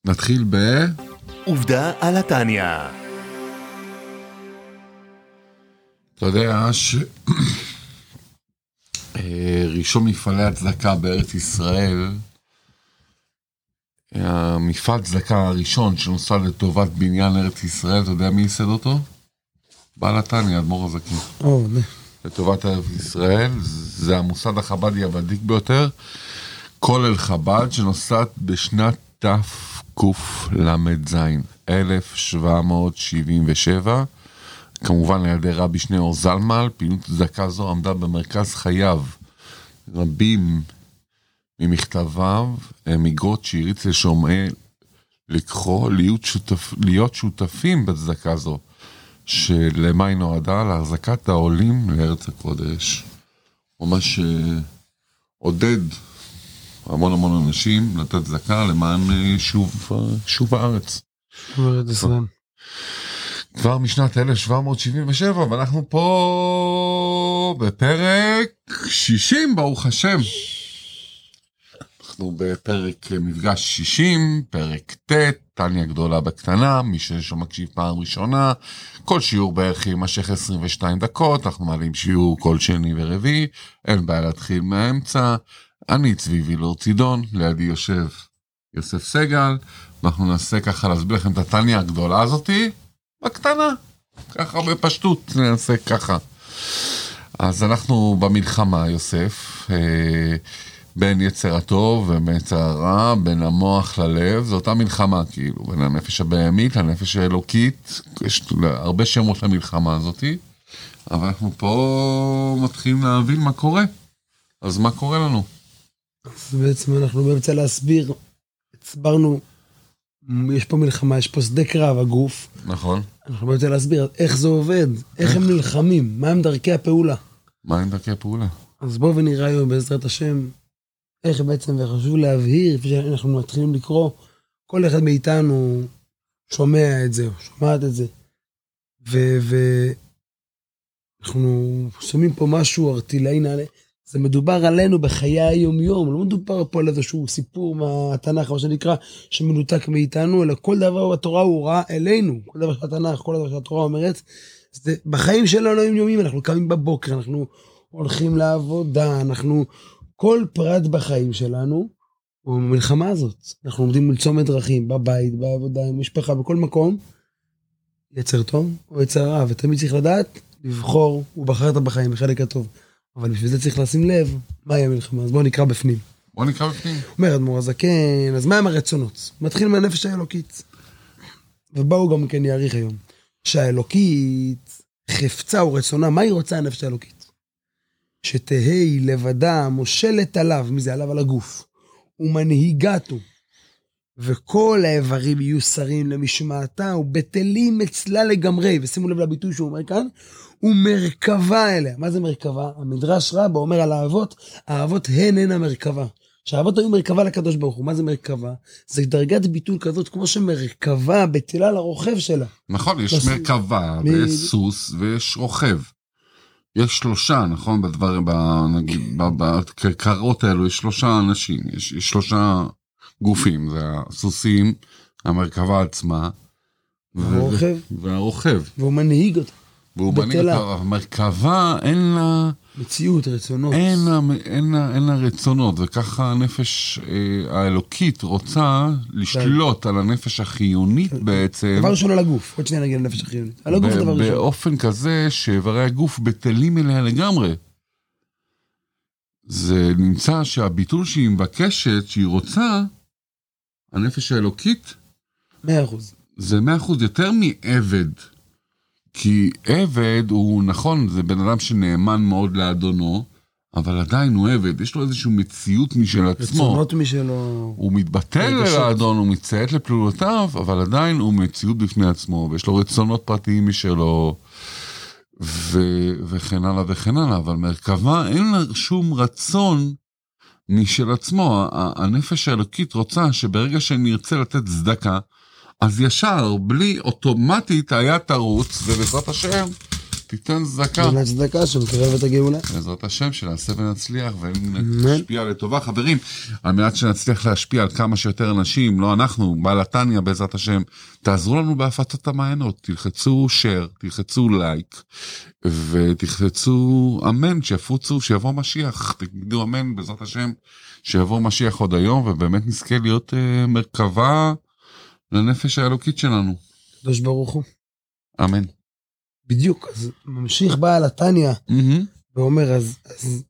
נתחיל עובדה על התניה. אתה יודע ראשון מפעלי הצדקה בארץ ישראל, המפעל צדקה הראשון שנוסד לטובת בניין ארץ ישראל, אתה יודע מי ייסד אותו? בעל התניה, אדמו"ר הזקן. לטובת ארץ ישראל, זה המוסד החב"די הוותיק ביותר, כולל חב"ד, שנוסד בשנת תקל"ז, 1777, כמובן על ידי רבי שניאור זלמן. פעילות צדקה זו עמדה במרכז חייו. רבים ממכתביו הם איגרות שהריץ לשומעי לקחו להיות שותפים בצדקה זו, שלמה היא נועדה? להחזקת העולים לארץ הקודש. ממש עודד המון אנשים לתת צדקה למען שוב הארץ. כבר משנת 1777, ואנחנו פה בפרק 60, ברוך השם. אנחנו בפרק מפגש 60, פרק ט', תניה גדולה בקטנה, מי שמקשיב פעם ראשונה, כל שיעור בערך יימשך 22 דקות, אנחנו מעלים שיעור כל שני ורביעי, אין בעיה להתחיל מהאמצע. אני צבי וילור צידון, לידי יושב יוסף סגל, ואנחנו נעשה ככה להסביר לכם את התניה הגדולה הזאתי, בקטנה, ככה בפשטות, נעשה ככה. אז אנחנו במלחמה, יוסף, בין יצר הטוב ובין יצר הרע, בין המוח ללב, זו אותה מלחמה, כאילו, בין הנפש הבהמית לנפש האלוקית, יש הרבה שמות למלחמה הזאת, אבל אנחנו פה מתחילים להבין מה קורה. אז מה קורה לנו? אז בעצם אנחנו באמצע להסביר, הסברנו, יש פה מלחמה, יש פה שדה קרב, הגוף. נכון. אנחנו באמצע להסביר איך זה עובד, איך הם נלחמים, מה הם דרכי הפעולה. מה הם דרכי הפעולה? אז בואו ונראה היום בעזרת השם, איך בעצם, וחשוב להבהיר, אנחנו מתחילים לקרוא, כל אחד מאיתנו שומע את זה, שומעת את זה, ואנחנו שומעים פה משהו ארטילאי נעלה, זה מדובר עלינו בחיי היום-יום, לא מדובר פה על איזשהו סיפור מהתנ"ך, מה שנקרא, שמנותק מאיתנו, אלא כל דבר בתורה הוא ראה אלינו, כל דבר של התנ"ך, כל דבר שהתורה אומרת, זה בחיים שלנו היום-יומים, אנחנו קמים בבוקר, אנחנו הולכים לעבודה, אנחנו, כל פרט בחיים שלנו, הוא במלחמה הזאת, אנחנו עומדים מול צומת דרכים, בבית, בעבודה, במשפחה, בכל מקום, יצר טוב או יצר רע, ותמיד צריך לדעת, לבחור, הוא בחרת בחיים, בחלק הטוב. אבל בשביל זה צריך לשים לב, מהי המלחמה? אז בואו נקרא בפנים. אומר אדמו"ר הזקן, אז מה הם הרצונות? מתחיל מהנפש האלוקית. ובאו גם כן יעריך היום. שהאלוקית חפצה ורצונה, מה היא רוצה הנפש האלוקית? שתהי לבדה מושלת עליו, מי זה? עליו על הגוף. ומנהיגתו. וכל האיברים יהיו שרים למשמעתה, ובטלים אצלה לגמרי. ושימו לב לביטוי שהוא אומר כאן, ומרכבה אליה. מה זה מרכבה? המדרש רבה אומר על האהבות, האהבות הן המרכבה. שהאהבות היו מרכבה לקדוש ברוך הוא. מה זה מרכבה? זה דרגת ביטוי כזאת, כמו שמרכבה בטלה לרוכב שלה. נכון, יש מרכבה, ויש סוס, ויש רוכב. יש שלושה, נכון? בדברים, נגיד, בקרות האלו, יש שלושה אנשים, יש שלושה גופים, זה הסוסים, המרכבה עצמה, והרוכב. והוא מנהיג אותה. המרכבה אין לה מציאות, רצונות. אין לה רצונות, וככה הנפש האלוקית רוצה לשלוט על הנפש החיונית בעצם. דבר ראשון על הגוף, עוד שניה נגיד לנפש החיונית. על הגוף דבר ראשון. באופן כזה שאיברי הגוף בטלים אליה לגמרי. זה נמצא שהביטול שהיא מבקשת, שהיא רוצה, הנפש האלוקית, 100%. זה 100% יותר מעבד. כי עבד הוא נכון, זה בן אדם שנאמן מאוד לאדונו, אבל עדיין הוא עבד, יש לו איזושהי מציאות משל עצמו. רצונות משלו. הוא מתבטל לאדון, הוא מציית לפעולותיו, אבל עדיין הוא מציאות בפני עצמו, ויש לו רצונות פרטיים משלו, וכן הלאה וכן הלאה, אבל מרכבה אין לה שום רצון משל עצמו. הנפש האלוקית רוצה שברגע שנרצה לתת צדקה, אז ישר, בלי אוטומטית היה תרוץ, ובעזרת השם, שתיתן צדקה. תן צדקה שמקרב את הגאולה. בעזרת השם שנעשה ונצליח ונשפיע לטובה. חברים, על מנת שנצליח להשפיע על כמה שיותר אנשים, לא אנחנו, בעל התניא בעזרת השם, תעזרו לנו בהפצת המעיינות, תלחצו share, תלחצו לייק, ותלחצו אמן, שיפוצו, שיבוא משיח, תגידו אמן בעזרת השם, שיבוא משיח עוד היום, ובאמת נזכה להיות מרכבה לנפש האלוקית שלנו. קדוש ברוך הוא. אמן. בדיוק, אז ממשיך בעל התניא, ואומר, אז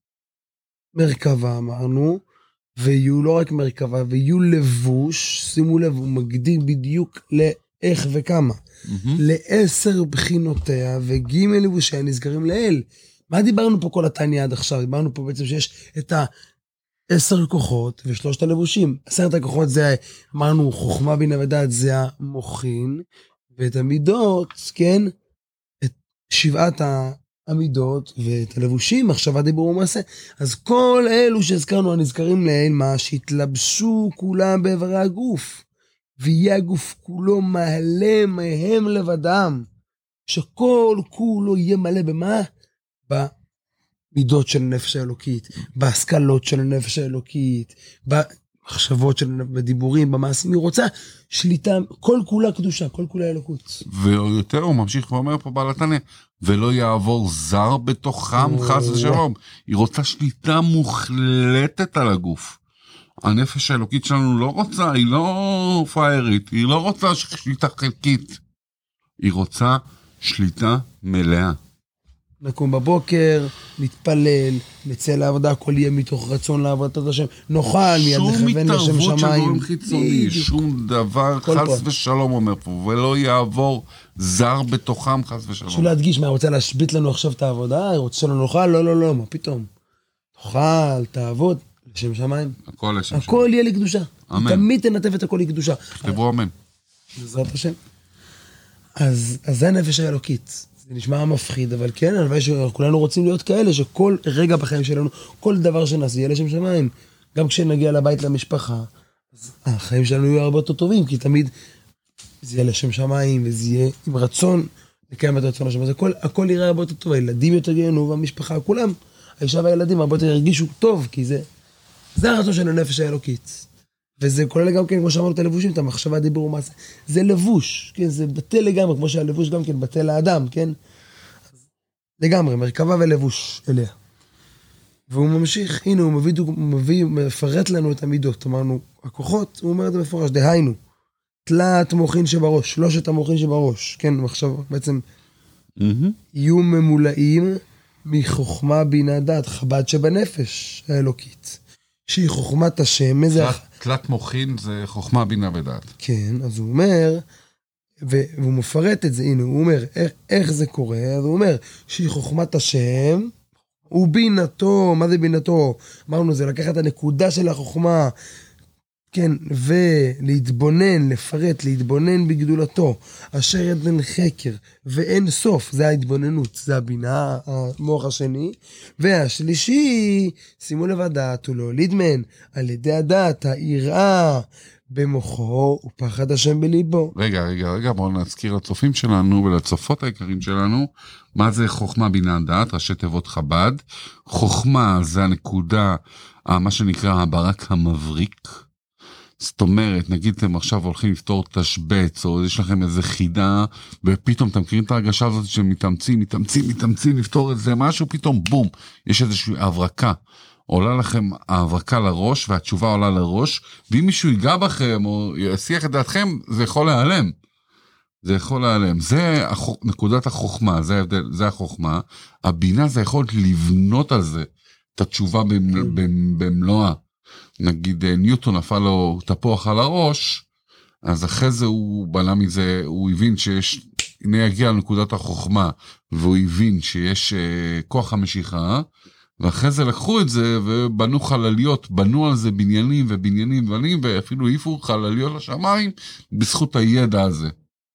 מרכבה אמרנו, ויהיו לא רק מרכבה, ויהיו לבוש, שימו לב, הוא מגדיר בדיוק לאיך וכמה, ל10 בחינותיה, וג' לבושיה נזכרים לאל. מה דיברנו פה כל התניא עד עכשיו? דיברנו פה בעצם שיש את 10 כוחות ו3 הלבושים. 10 הכוחות זה, אמרנו, חוכמה בינה ודעת, זה המוחין, ואת המידות, כן, את 7 המידות ואת הלבושים, מחשבה דיבור ומעשה. אז כל אלו שהזכרנו, הנזכרים לאל, מה שהתלבשו כולם בעברי הגוף, ויהיה הגוף כולו מלא מהם לבדם, שכל כולו יהיה מלא במה? במידות של הנפש האלוקית, בהשכלות של הנפש האלוקית, במחשבות של בדיבורים, במעשים. היא רוצה שליטה, כל כולה קדושה, כל כולה אלוקות. ויותר הוא ממשיך ואומר פה בעל התניא, ולא יעבור זר בתוכם חס ושלום. היא רוצה שליטה מוחלטת על הגוף. הנפש האלוקית שלנו לא רוצה, היא לא פיירית, היא לא רוצה שליטה חלקית. היא רוצה שליטה מלאה. נקום בבוקר, נתפלל, נצא לעבודה, הכל יהיה מתוך רצון לעבודת השם, נאכל מיד לכוון לשם שמיים. שום התערבות של גורם חיצוני, שום דבר חס ושלום אומר פה, ולא יעבור זר בתוכם חס ושלום. חשוב להדגיש, מה, רוצה להשבית לנו עכשיו את העבודה? רוצה שלנו נאכל? לא, לא, לא, מה פתאום? תאכל, תעבוד, לשם שמיים. הכל לשם שמיים. הכל יהיה לקדושה. אמן. תמיד תנתב את הכל לקדושה. תכתבו אמן. בעזרת השם. אז זה הנפש האלוקית. זה נשמע מפחיד, אבל כן, הלוואי שכולנו רוצים להיות כאלה, שכל רגע בחיים שלנו, כל דבר שנעשה יהיה לשם שמיים. גם כשנגיע לבית למשפחה, אז החיים שלנו יהיו הרבה יותר טובים, כי תמיד זה יהיה לשם שמיים, וזה יהיה עם רצון לקיים את הרצון השם. אז הכל יראה הרבה יותר טוב, הילדים יותר ייהנו, והמשפחה, כולם, האישה והילדים הרבה יותר ירגישו טוב, כי זה הרצון של הנפש האלוקית. וזה כולל גם כן, כמו שאמרנו את הלבושים, את המחשבה, דיבור ומעשה. זה לבוש, כן? זה בטל לגמרי, כמו שהלבוש גם כן בטל לאדם, כן? לגמרי, מרכבה ולבוש אליה. והוא ממשיך, הנה, הוא מפרט לנו את המידות. אמרנו, הכוחות, הוא אומר את זה מפורש, דהיינו, תלת מוחין שבראש, 3 המוחין שבראש, כן? עכשיו, בעצם, יהיו ממולאים מחוכמה בינה דעת, חב"ד שבנפש האלוקית. שהיא חוכמת השם, תלת מוחין זה חוכמה בינה ודעת. כן, אז הוא אומר, והוא מפרט את זה, הנה, הוא אומר, איך זה קורה? אז הוא אומר, שהיא חוכמת השם, ובינתו, מה זה בינתו? אמרנו, זה לקחת את הנקודה של החוכמה, כן, ולהתבונן, לפרט, להתבונן בגדולתו, אשר אין חקר, ואין סוף, זה ההתבוננות, זה הבינה, המוח השני, והשלישי, שימו לב הדעת, ולהוליד מהן, על ידי הדעת, היראה במוחו, ופחד השם בליבו. רגע, בואו נזכיר לצופים שלנו, ולצופות העיקרים שלנו, מה זה חוכמה בינה דעת, ראשי תיבות חב"ד. חוכמה זה הנקודה, מה שנקרא הברק המבריק, זאת אומרת, נגיד אתם עכשיו הולכים לפתור תשבץ, או יש לכם איזה חידה, ופתאום אתם מכירים את ההרגשה הזאת שמתאמצים לפתור את זה משהו, פתאום בום, יש איזושהי הברקה, עולה לכם ההברקה לראש, והתשובה עולה לראש, ואם מישהו ייגע בכם, או יסיח את דעתכם, זה יכול להיעלם. זה נקודת החוכמה, זה החוכמה. הבינה זה יכול לבנות על זה, את התשובה במלואה. נגיד ניוטון נפל לו תפוח על הראש, אז אחרי זה הוא בנה מזה, הוא הבין שיש, הנה יגיע לנקודת החוכמה, והוא הבין שיש כוח המשיכה, ואחרי זה לקחו את זה ובנו חלליות, בנו על זה בניינים, ואפילו העיפו חלליות לשמיים, בזכות הידע הזה.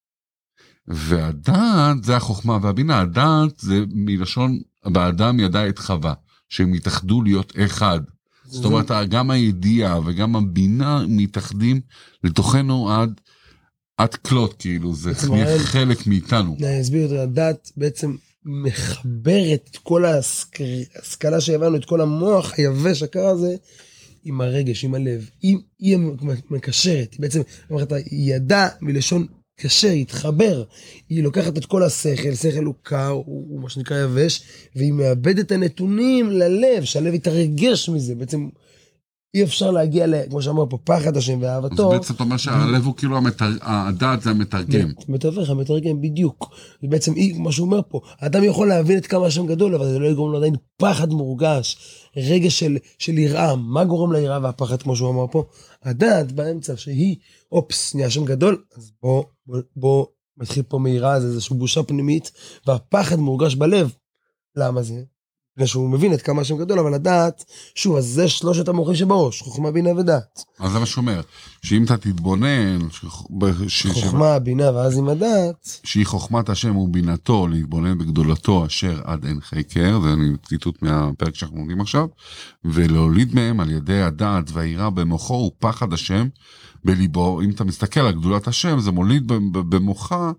והדעת זה החוכמה והבינה, הדעת זה מלשון, באדם ידע את חווה, שהם התאחדו להיות אחד. זאת אומרת, גם הידיעה וגם הבינה מתאחדים לתוכנו עד כלות, כאילו, זה חלק מאיתנו. אני אסביר יותר, הדעת בעצם מחברת את כל ההשכלה שהבנו, את כל המוח היבש הקר הזה, עם הרגש, עם הלב. היא מקשרת, היא בעצם, היא ידעה מלשון קשר, התחבר. היא לוקחת את כל השכל, שכל הוא קר, הוא מה שנקרא יבש, והיא מאבדת את הנתונים ללב, שהלב יתרגש מזה. בעצם אי אפשר להגיע, כמו שאמר פה, פחד השם ואהבתו. אז בעצם אתה אומר שהלב הוא כאילו, הדעת זה המתרגם. מתווך, המתרגם בדיוק. ובעצם מה שהוא אומר פה, האדם יכול להבין את כמה השם גדול, אבל זה לא יגרום לו עדיין פחד מורגש, רגע של יראה. מה גורם ליראה והפחד, כמו שהוא אמר פה? הדעת באמצע, שהיא, אופס, נהיה השם גדול, אז בוא מתחיל פה מיראה, זה איזושהי בושה פנימית, והפחד מורגש בלב. למה זה? בגלל שהוא מבין את כמה השם גדול, אבל הדעת, שוב, אז זה שלושת המוחים שבראש, חוכמה, בינה ודעת. אז זה מה שאומר, שאם אתה תתבונן, חוכמה, בינה, ואז עם הדעת. שהיא חוכמת השם ובינתו, להתבונן בגדולתו אשר עד אין חקר, זה ציטוט מהפרק שאנחנו לומדים עכשיו, ולהוליד מהם על ידי הדעת והיראה במוחו ופחד השם בליבו. אם אתה מסתכל על גדולת השם, זה מוליד במוחה,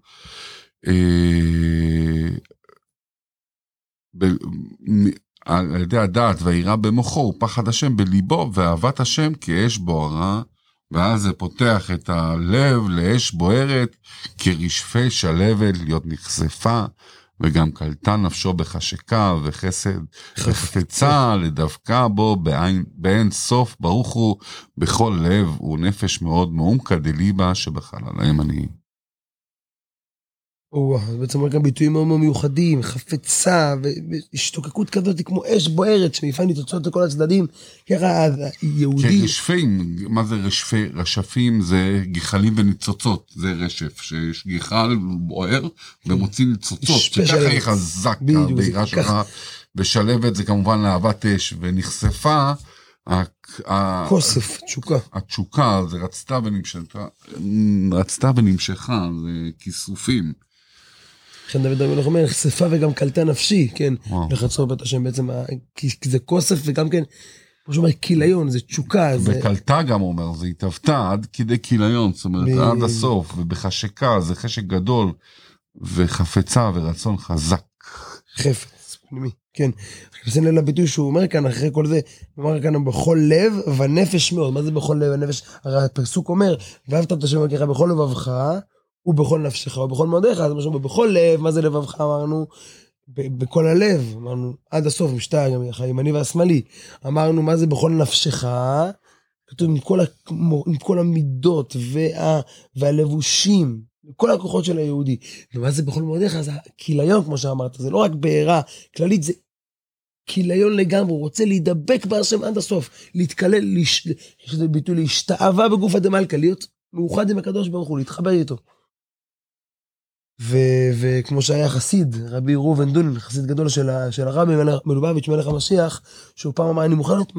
על ידי הדעת והיראה במוחו ופחד השם בליבו ואהבת השם כאש בוערה, ואז זה פותח את הלב לאש בוערת כרשפי שלבת להיות נחשפה, וגם קלטה נפשו בחשקה וחסד וחפצה לדווקא בו באין סוף. ברוך הוא בכל לב ונפש מאוד מעומקא דליבא שבחלל הימני. בעצם אומר גם ביטויים מאוד מיוחדים, חפצה והשתוקקות כזאת כמו אש בוערת שמפעל ניצוצות לכל הצדדים. ככה יהודי... כרשפים, מה זה רשפי? רשפים זה גיחלים וניצוצות, זה רשף, שיש גיחל בוער ומוציא ניצוצות, שככה היא חזק הבעירה שלך, ושלבת זה כמובן לאהבת אש, ונחשפה כוסף, תשוקה. התשוקה, זה רצתה ונמשכה, זה כיסופים. לכן דוד המלך אומר, נחשפה וגם קלטה נפשי, כן, לחצור בית השם בעצם, כי זה כוסף וגם כן, כמו שאומר, כיליון, זה תשוקה. וקלטה גם אומר, זה התאבתה עד כדי כיליון, זאת אומרת, עד הסוף, ובחשקה, זה חשק גדול, וחפצה ורצון חזק. חפץ, פנימי, כן. נכנסים לביטוי שהוא אומר כאן, אחרי כל זה, הוא אומר כאן, בכל לב ונפש מאוד. מה זה בכל לב ונפש? הרי הפסוק אומר, ואהבת את השם אלוקיך בכל לבבך, ובכל נפשך, ובכל מאודיך. אז משהו, בכל לב, מה זה לבבך? אמרנו, בכל הלב, אמרנו, עד הסוף, משתה, גם הימני והשמאלי. אמרנו, מה זה בכל נפשך? כתוב, עם כל המידות והלבושים, כל הכוחות של היהודי. ומה זה בכל מאודיך? זה כיליון, כמו שאמרת, זה לא רק בעירה כללית, זה כיליון לגמרי, הוא רוצה להידבק בהשם עד הסוף, להתקלל, יש לזה ביטוי, להשתאווה בגוף הדמלכה, להיות מאוחד עם הקדוש ברוך הוא, להתחבר איתו. וכמו שהיה חסיד, רבי ראובן דונין, חסיד גדול של הרבי מלובביץ' מלך המשיח, שהוא פעם אמר, אני מוכן להיות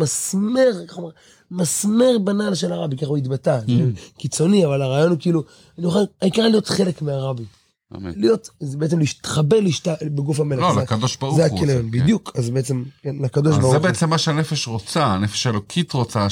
מסמר בנעל של הרבי, ככה הוא התבטא, קיצוני, אבל הרעיון הוא כאילו, העיקר להיות חלק מהרבי. להיות, זה בעצם להתחבר בגוף המלך. לא, לקדוש ברוך הוא. זה הכיליון, בדיוק, אז בעצם, לקדוש ברוך הוא. זה בעצם מה שהנפש רוצה, הנפש האלוקית רוצה,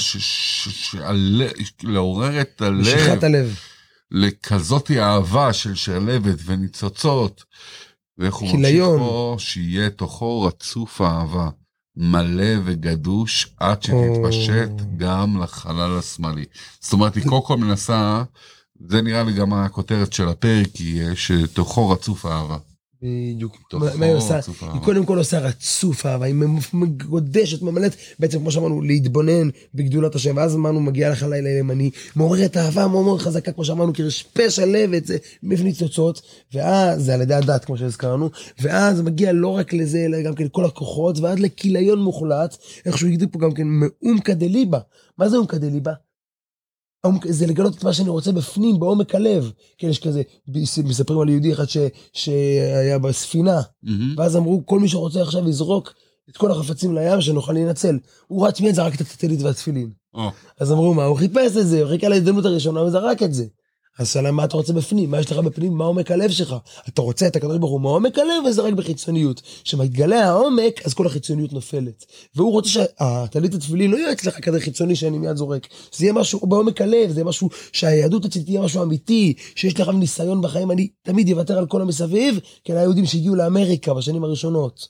לעורר את הלב. משיכת הלב. לכזאת אהבה של שלבת וניצוצות, ואיך הוא ממשיך פה, שיהיה תוכו רצוף אהבה, מלא וגדוש, עד שתתפשט גם לחלל השמאלי. זאת אומרת, היא קודם כל מנסה, זה נראה לי גם הכותרת של הפרק, היא שתוכו רצוף אהבה. בדיוק. מה היא עושה? היא קודם כל עושה רצוף אהבה, היא מגודשת, ממלאת, בעצם כמו שאמרנו, להתבונן בגדולת השם, ואז אמרנו, מגיע לך לילה הימני, מעוררת אהבה מאוד חזקה, כמו שאמרנו, כרשפה שלבת, זה מביא ניצוצות, ואז, זה על ידי הדת, כמו שהזכרנו, ואז מגיע לא רק לזה, אלא גם כן כל הכוחות, ועד לכיליון מוחלט, איכשהו יגידו פה גם כן, מעומקא דליבא. מה זה מעומקא דליבא? זה לגלות את מה שאני רוצה בפנים, בעומק הלב. כן, יש כזה, מספרים על יהודי אחד שהיה בספינה, ואז אמרו, כל מי שרוצה עכשיו לזרוק את כל החפצים לים, שנוכל להינצל. הוא רץ מיד, זרק את הטלית והתפילין. אז אמרו, מה? הוא חיפש את זה, הוא חיכה להזדמנות הראשונה, וזרק את זה. אז שאלה מה אתה רוצה בפנים, מה יש לך בפנים, מה עומק הלב שלך, אתה רוצה את הקדוש ברוך הוא מעומק הלב, וזה רק בחיצוניות, שמתגלה העומק, אז כל החיצוניות נופלת, והוא רוצה שהטלית התפילין לא יהיה אצלך כזה חיצוני שאני מיד זורק, זה יהיה משהו בעומק הלב, זה יהיה משהו שהיהדות אצלי תהיה משהו אמיתי, שיש לך ניסיון בחיים, אני תמיד יוותר על כל המסביב, כי היהודים שהגיעו לאמריקה בשנים הראשונות,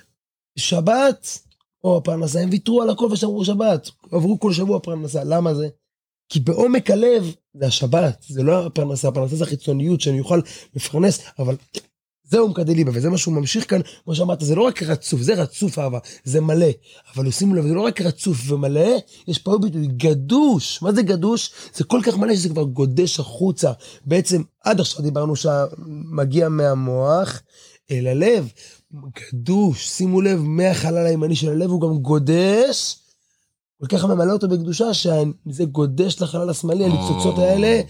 שבת, או הפרנסה, הם ויתרו על הכל ושמרו שבת, עברו כל שבוע פרנסה, למה זה? כי בעומק הלב זה השבת, זה לא הפרנסה, הפרנסה זה החיצוניות שאני אוכל לפרנס, אבל זה עומק הדליבה, וזה מה שהוא ממשיך כאן, כמו שאמרת, זה לא רק רצוף, זה רצוף אהבה, זה מלא, אבל שימו לב, זה לא רק רצוף ומלא, יש פה ביטוי גדוש, מה זה גדוש? זה כל כך מלא שזה כבר גודש החוצה, בעצם עד עכשיו דיברנו שמגיע מהמוח אל הלב, גדוש, שימו לב, מהחלל הימני של הלב הוא גם גודש, וככה ממלא אותו בקדושה, שזה גודש לחלל השמאלי, הניצוצות האלה.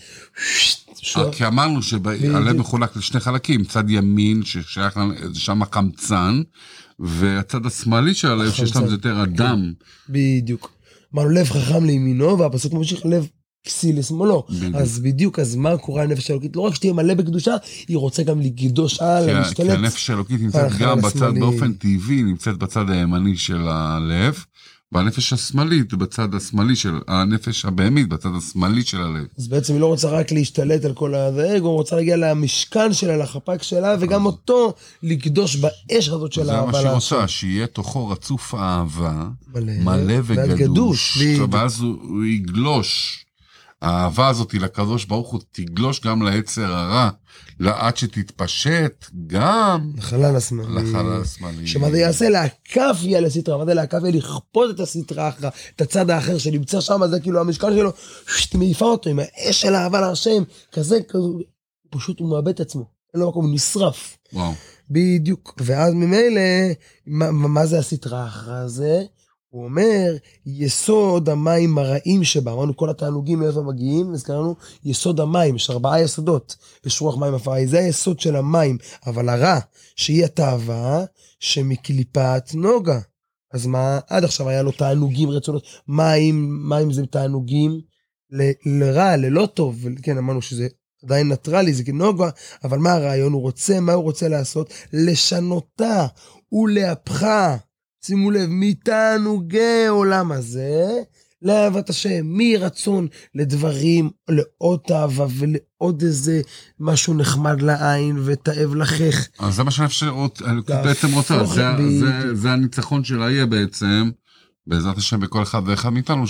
כי אמרנו שהלב מחולק לשני חלקים, צד ימין ששייך שם החמצן, והצד השמאלי של הלב שיש להם יותר אדם. בדיוק. אמרנו לב חכם לימינו, והפסוק ממשיך לב כסי לשמאלו. אז בדיוק, אז מה קורה לנפש האלוקית? לא רק שתהיה מלא בקדושה, היא רוצה גם לגדוש על, כי הנפש האלוקית נמצאת גם בצד, באופן טבעי, נמצאת בצד הימני של הלב, והנפש השמאלית בצד השמאלי של, הנפש הבהמית בצד השמאלי של הלב. אז בעצם היא לא רוצה רק להשתלט על כל האגו, היא רוצה להגיע למשכן שלה, לחפק שלה, וגם אותו לקדוש באש הזאת של האהבה. זה מה שהיא רוצה, שיהיה תוכו רצוף אהבה, מלא וגדוש, ואז הוא יגלוש, האהבה הזאת לקדוש ברוך הוא תגלוש גם ליצר הרע, עד שתתפשט גם לחלל השמאלי. שמה זה יעשה? להקפיה לסתרה. מה זה להקפיה? לכפות את הסתרה אחרה, את הצד האחר שנמצא שם, זה כאילו המשקל שלו, מעיפה אותו עם האש של האהבה להשם, כזה, פשוט הוא מאבד את עצמו. אין לו מקום, הוא נשרף. וואו. בדיוק. ואז ממילא, מה זה הסתרה האחרה הזה? הוא אומר, יסוד המים הרעים שבה, אמרנו כל התענוגים מאיפה מגיעים, אז קראנו יסוד המים, יש 4 יסודות, יש רוח מים אפיים, זה היסוד של המים, אבל הרע, שהיא התאווה, שמקליפת נוגה. אז מה, עד עכשיו היה לו תענוגים רצונות, מים זה תענוגים לרע, ללא טוב, כן, אמרנו שזה עדיין נטרלי, זה נוגה, אבל מה הרעיון? מה הוא רוצה לעשות? לשנותה ולהפכה. שימו לב, מתענוגי עולם הזה, לאהבת השם, מרצון לדברים, לעוד תאווה ולעוד איזה משהו נחמד לעין ותאב לחך. אז זה מה שאני בעצם רוצה, זה הניצחון שלה יהיה בעצם, בעזרת השם בכל אחד ואחד מאיתנו,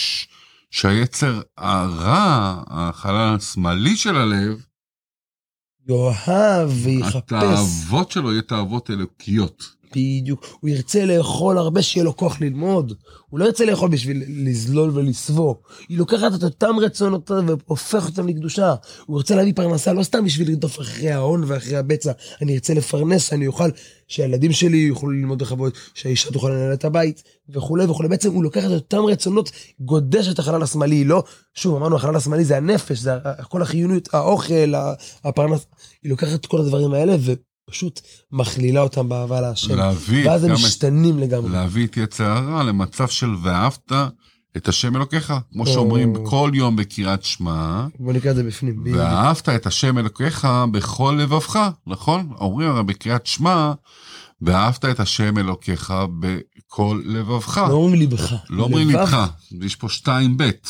שהיצר הרע, החלל השמאלי של הלב, יאהב ויחפש. התאוות שלו יהיה תאוות אלוקיות. בדיוק, הוא ירצה לאכול הרבה שיהיה לו כוח ללמוד, הוא לא ירצה לאכול בשביל לזלול ולסבוא, היא לוקחת את אותם רצונות והופך אותם לקדושה, הוא ירצה להביא פרנסה לא סתם בשביל לרדוף אחרי ההון ואחרי הבצע, אני ארצה לפרנס, שאני אוכל, שהילדים שלי יוכלו ללמוד בכבוד, שהאישה תוכל לנהל את הבית, וכולי וכולי, בעצם הוא לוקח את אותם רצונות, גודש את החלל השמאלי, לא, שוב אמרנו החלל השמאלי זה הנפש, זה כל החיוניות, האוכל, הפרנס, היא לוקחת את כל הדברים האלה פשוט מכלילה אותם באהבה להשם. ואז הם משתנים לגמרי. להביא את יצר הרע למצב של ואהבת את השם אלוקיך, כמו שאומרים כל יום בקריאת שמע. בוא נקרא את זה בפנים. ואהבת את השם אלוקיך בכל לבבך, נכון? אומרים הרי בקריאת שמע, ואהבת את השם אלוקיך בכל לבבך. לא אומרים ליבך. לא אומרים ליבך. יש פה 2 בית.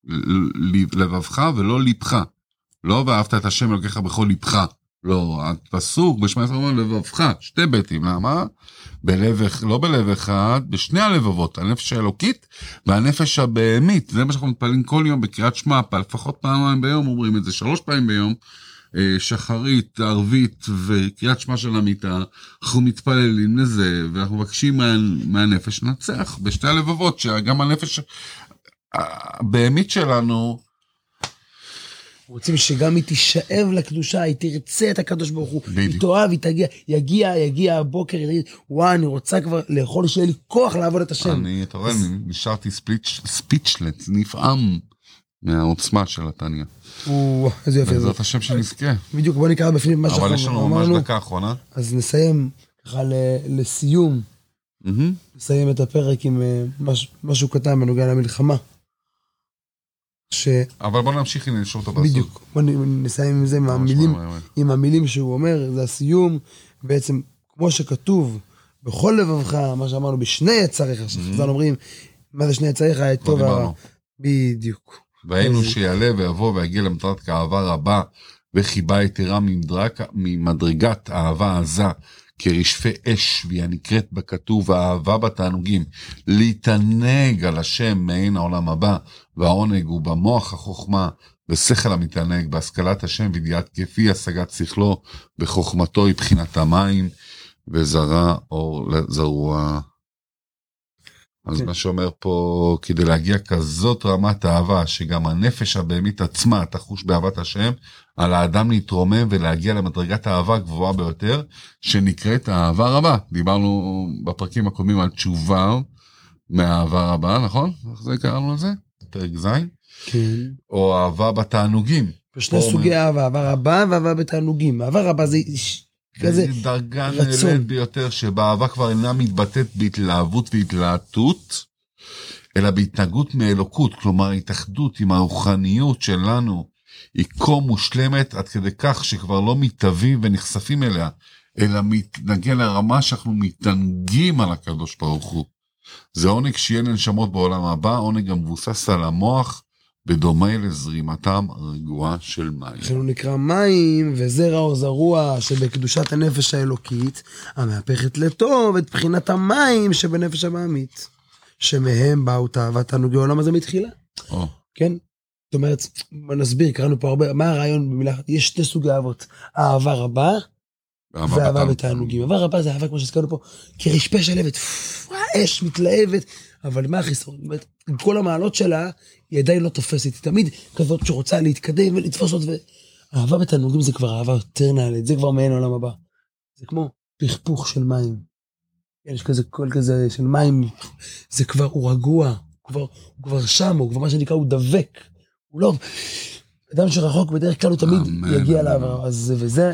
לבבך ולא ליבך. לא ואהבת את השם אלוקיך בכל ליבך. לא, הפסוק בשמע ישראל אומר לבבך, 2 ביתים, למה? לא בלב אחד, בשני הלבבות, הנפש האלוקית והנפש הבהמית, זה מה שאנחנו מתפללים כל יום בקריאת שמע, לפחות פעמיים ביום, אומרים את זה 3 פעמים ביום, שחרית, ערבית וקריאת שמע של המיטה, אנחנו מתפללים לזה, ואנחנו מבקשים מהנפש לנצח, בשתי הלבבות, שגם הנפש הבהמית שלנו, רוצים שגם היא תישאב לקדושה, היא תרצה את הקדוש ברוך הוא, היא תאהב, היא תגיע, יגיע הבוקר, היא תגיד, וואי, אני רוצה כבר לאכול, שיהיה לי כוח לעבוד את השם. אתה רואה, אני נשארתי ספיצ'לט, נפעם מהעוצמה של התניה. איזה יופי. זאת השם שנזכה. בדיוק, בוא נקרא בפנים מה שאנחנו אבל יש לנו ממש דקה אחרונה. אז נסיים ככה לסיום, נסיים את הפרק עם משהו קטן בנוגע למלחמה. אבל בוא נמשיך לנשור אותו בסוף. בדיוק, בוא נסיים עם זה, עם המילים שהוא אומר, זה הסיום, בעצם כמו שכתוב, בכל לבבך, מה שאמרנו, בשני יצריך, שחז"ל אומרים, מה זה שני יצריך? טוב הרע. בדיוק. והיינו שיעלה ויבוא ויגיע למטרת כאהבה רבה, וחיבה יתרה ממדרגת אהבה עזה, כרשפי אש, והיא הנקראת בכתוב, האהבה בתענוגים, להתענג על השם מעין העולם הבא, והעונג הוא במוח החוכמה, בשכל המתענג, בהשכלת השם וידיעת כפי השגת שכלו, בחוכמתו היא בחינת המים, וזרע אור לזרוע. אז מה שאומר פה, כדי להגיע כזאת רמת אהבה, שגם הנפש הבהמית עצמה תחוש באהבת השם, על האדם להתרומם ולהגיע למדרגת האהבה הגבוהה ביותר, שנקראת אהבה רבה. דיברנו בפרקים הקודמים על תשובה מאהבה רבה, נכון? איך זה קראנו לזה? פרק זין? כן. או אהבה בתענוגים. בשני סוגי אהבה, אהבה רבה ואהבה בתענוגים. אהבה רבה זה כזה דרגה נעלית ביותר, שבאהבה כבר אינה מתבטאת בהתלהבות והתלהטות, אלא בהתנהגות מאלוקות, כלומר התאחדות עם הרוחניות שלנו, היא כה מושלמת עד כדי כך שכבר לא מתאבים ונחשפים אליה, אלא מתנגע לרמה שאנחנו מתענגים על הקדוש ברוך הוא. זה עונג שיהיה לנשמות בעולם הבא, עונג המבוסס על המוח, בדומה לזרימתם רגועה של מים. לכן הוא נקרא מים וזרע או זרוע שבקדושת הנפש האלוקית, המהפכת לטוב את בחינת המים שבנפש הבהמית, שמהם באו תאוות תענוגי העולם הזה מתחילה. כן? זאת אומרת, נסביר, קראנו פה הרבה, מה הרעיון במילה? יש שני סוגי אהבות, אהבה רבה ואהבה בתענוגים. אהבה רבה זה אהבה כמו שהזכרנו פה, כרשפה שלבת, אש מתלהבת, אבל מה החיסרון? עם כל המעלות שלה, היא עדיין לא תופסת, היא תמיד כזאת שרוצה להתקדם ולתפוס עוד, אהבה בתענוגים זה כבר אהבה יותר נעלית, זה כבר מעין העולם הבא. זה כמו פכפוך של מים. יש כזה קול כזה של מים, זה כבר, הוא רגוע, הוא כבר שם, הוא כבר מה שנקרא, הוא דבק. הוא לא, אדם שרחוק בדרך כלל הוא תמיד יגיע לעבר, וזה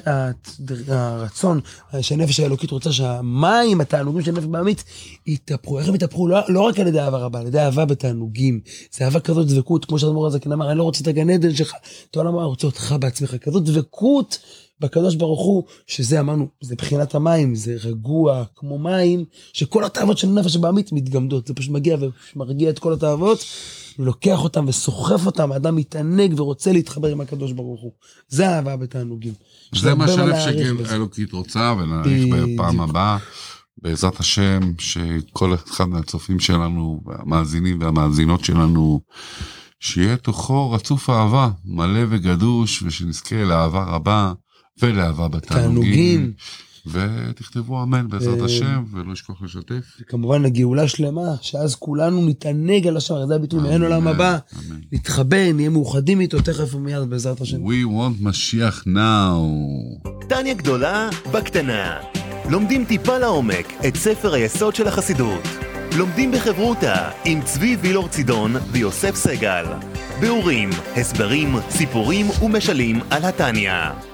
הרצון שהנפש האלוקית רוצה שהמים, התענוגים של נפש בהמית, יתהפכו. איך הם יתהפכו? לא רק על ידי אהבה רבה, על ידי אהבה בתענוגים. זה אהבה כזאת דבקות, כמו שאדמו"ר הזקן אמר, אני לא רוצה את הגן עדן שלך, אתה לא אמר, רוצה אותך בעצמך, כזאת דבקות בקדוש ברוך הוא, שזה אמרנו, זה בחינת המים, זה רגוע כמו מים, שכל התאוות של נפש בהמית מתגמדות, זה פשוט מגיע ומרגיע את כל התאוות, ולוקח אותם וסוחף אותם, האדם מתענג ורוצה להתחבר עם הקדוש ברוך הוא. זה האהבה בתענוגים. זה מה שהנפש האלוקית רוצה, ונעריך בפעם הבאה, בעזרת השם, שכל אחד מהצופים שלנו, והמאזינים והמאזינות שלנו, שיהיה תוכו רצוף אהבה, מלא וגדוש, ושנזכה לאהבה רבה, ולאהבה בתענוגים. ותכתבו אמן בעזרת השם, ולא ישכוח לשתף. וכמובן לגאולה שלמה, שאז כולנו נתענג על השם, זה הביטוי מעין עולם הבא, נתחבר, נהיה מאוחדים איתו תכף ומיד בעזרת השם. We want משיח now. טניה גדולה בקטנה. לומדים טיפה לעומק את ספר היסוד של החסידות. לומדים בחברותה עם צבי וילור צידון ויוסף סגל. ביאורים, הסברים, סיפורים ומשלים על התניה.